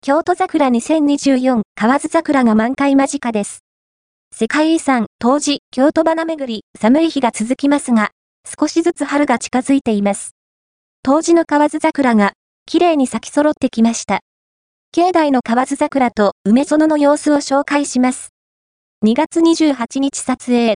京都桜2024河津桜が満開間近です。世界遺産、東寺、京都花巡り、寒い日が続きますが、少しずつ春が近づいています。東寺の河津桜が、綺麗に咲き揃ってきました。境内の河津桜と梅園の様子を紹介します。2月28日撮影。